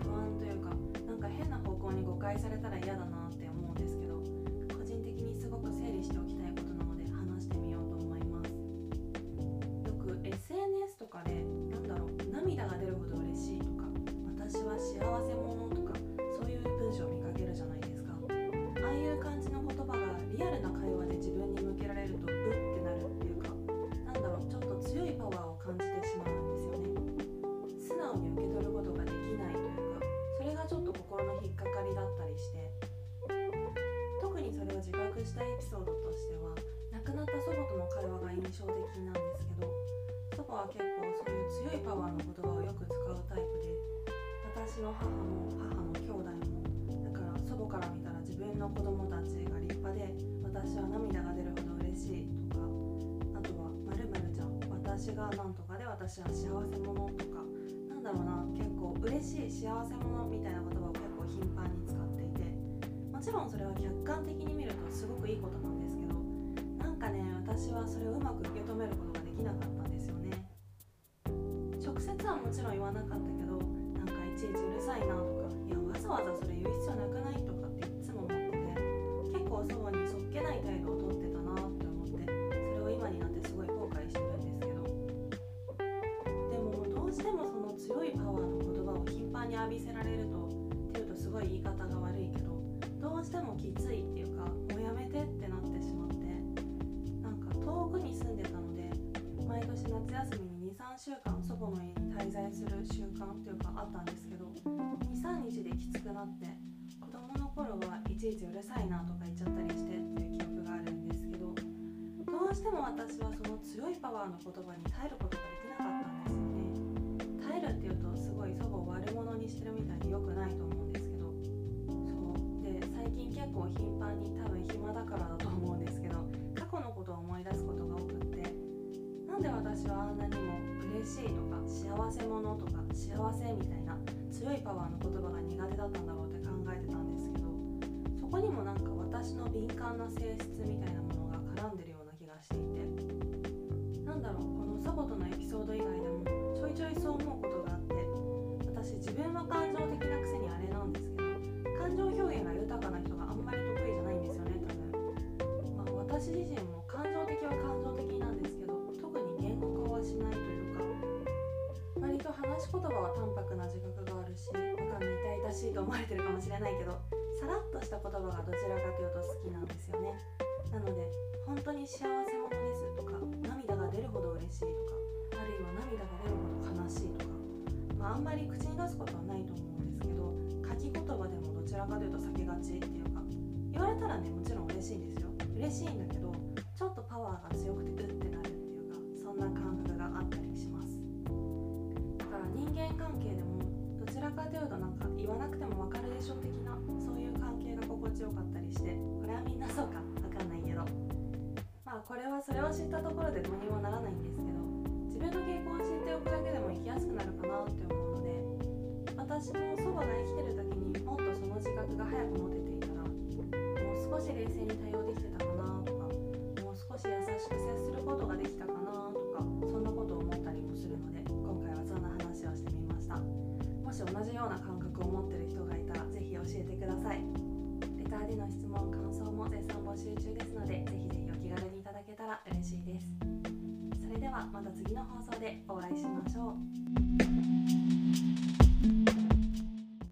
不安というか、なんか変な方向に誤解されたら嫌だなって思うんですけど、個人的にすごく整理しておきたいことなので話してみようと思います。よく SNS とかで涙が出るほど嬉しいとか、私は幸せ者とか、そういう文章を見かけるじゃないですか。ああいう感じの言葉がリアルな会話で自分に向けられるとってなるっていうか、ちょっと強いパワーを感じてしまうんですよね。素直に受け取ることができないというか、それがちょっと心の引っかかりだったりして、特にそれを自覚したエピソードとしては、亡くなった祖母との会話が印象的なんですけど、祖母は結構そういう強いパワーの言葉をよく使うタイプで、私の母の兄弟も、だから祖母から見たら自分の子供たちが立派で、私は涙が出るほど嬉しいとか、あとは〇〇ちゃん、私がなんとかで私は幸せ者とか、結構嬉しい幸せ者みたいな言葉を結構頻繁に使っていて、もちろんそれは客観的に見るとすごくいいことなんですけど、私はそれをうまく受け止めることができなかったんですよね。直接はもちろん言わなかったけど、いちいちうるさいなとか、いやわざわざそれ言う必要なくないとかっていつも思ってて、結構祖母にそっけない態度をとってたなって思って、それを今になってすごい後悔してるんですけど、でもどうしてもその強いパワーの言葉を頻繁に浴びせられると、っていうとすごい言い方が悪いけど、どうしてもきついっていうか、もうやめてってなってしまって、遠くに住んでたので、毎年夏休みに 2,3 週間祖母の家に滞在する習慣っていうかあったんですけど、 2,3 日できつくなって、子供の頃はいちいちうるさいなとか言っちゃったりしてっていう記憶があるんですけど、どうしても私はその強いパワーの言葉に耐えることができなかったんですよね。耐えるっていうとすごい祖母を悪者にしてるみたいで良くないと思うんですけど、そうで最近結構頻繁に、多分暇だからだと思うんですけど、過去のことを思い出すことが多くって、なんで私はあんなにも嬉しいとか幸せ者とか幸せみたいな強いパワーの言葉が苦手だったんだろうって考えてたんですけど、そこにも私の敏感な性質みたいなものが絡んでるような気がしていて、この祖母とのエピソード以外でもちょいちょいそう思うことがあって、私自分は感情的なくせにあれなんですけど、感情表現が豊かな人があんまり得意じゃないんですよね、多分。私自身も感情的は感情的なんですけど、特に言語化はしないというか、割と話し言葉は淡白な自覚があるし、痛々しいと思われてるかもしれないけど、さらっとした言葉がどちらかというと好きなんですよね。なので本当に幸せ者ですとか、涙が出るほど嬉しいとか、あるいは涙が出るほど悲しいとか、あんまり口に出すことはないと思うんですけど、書き言葉でもどちらかというと避けがちっていうか、言われたらね、もちろん嬉しいんですよ。嬉しいんだけど、ちょっとパワーが強くてってなるっていうか、そんな感覚があったりします。だから人間関係でもどちらかというと言わなくてもわかるでしょ的な、そういう関係が心地よかったりして、これはみんなそうかわかんないけど、これはそれを知ったところでどうにもならないんですけど、自分の傾向を知っておくだけでも生きやすくなるかなって思うので、私も祖母が生きてる時にもっとその自覚が早く持てていたら、もう少し冷静に対応できてたかなとか、もう少し優しく接することができたかなとか、そんなことを思ったりもするので、今回はそんな話をしてみました。もし同じような感覚を持ってる人がいたら、ぜひ教えてください。レターでの質問、感想も絶賛募集中ですので、ぜひぜひお気軽にいただけたら嬉しいです。それではまた次の放送でお会いしましょう。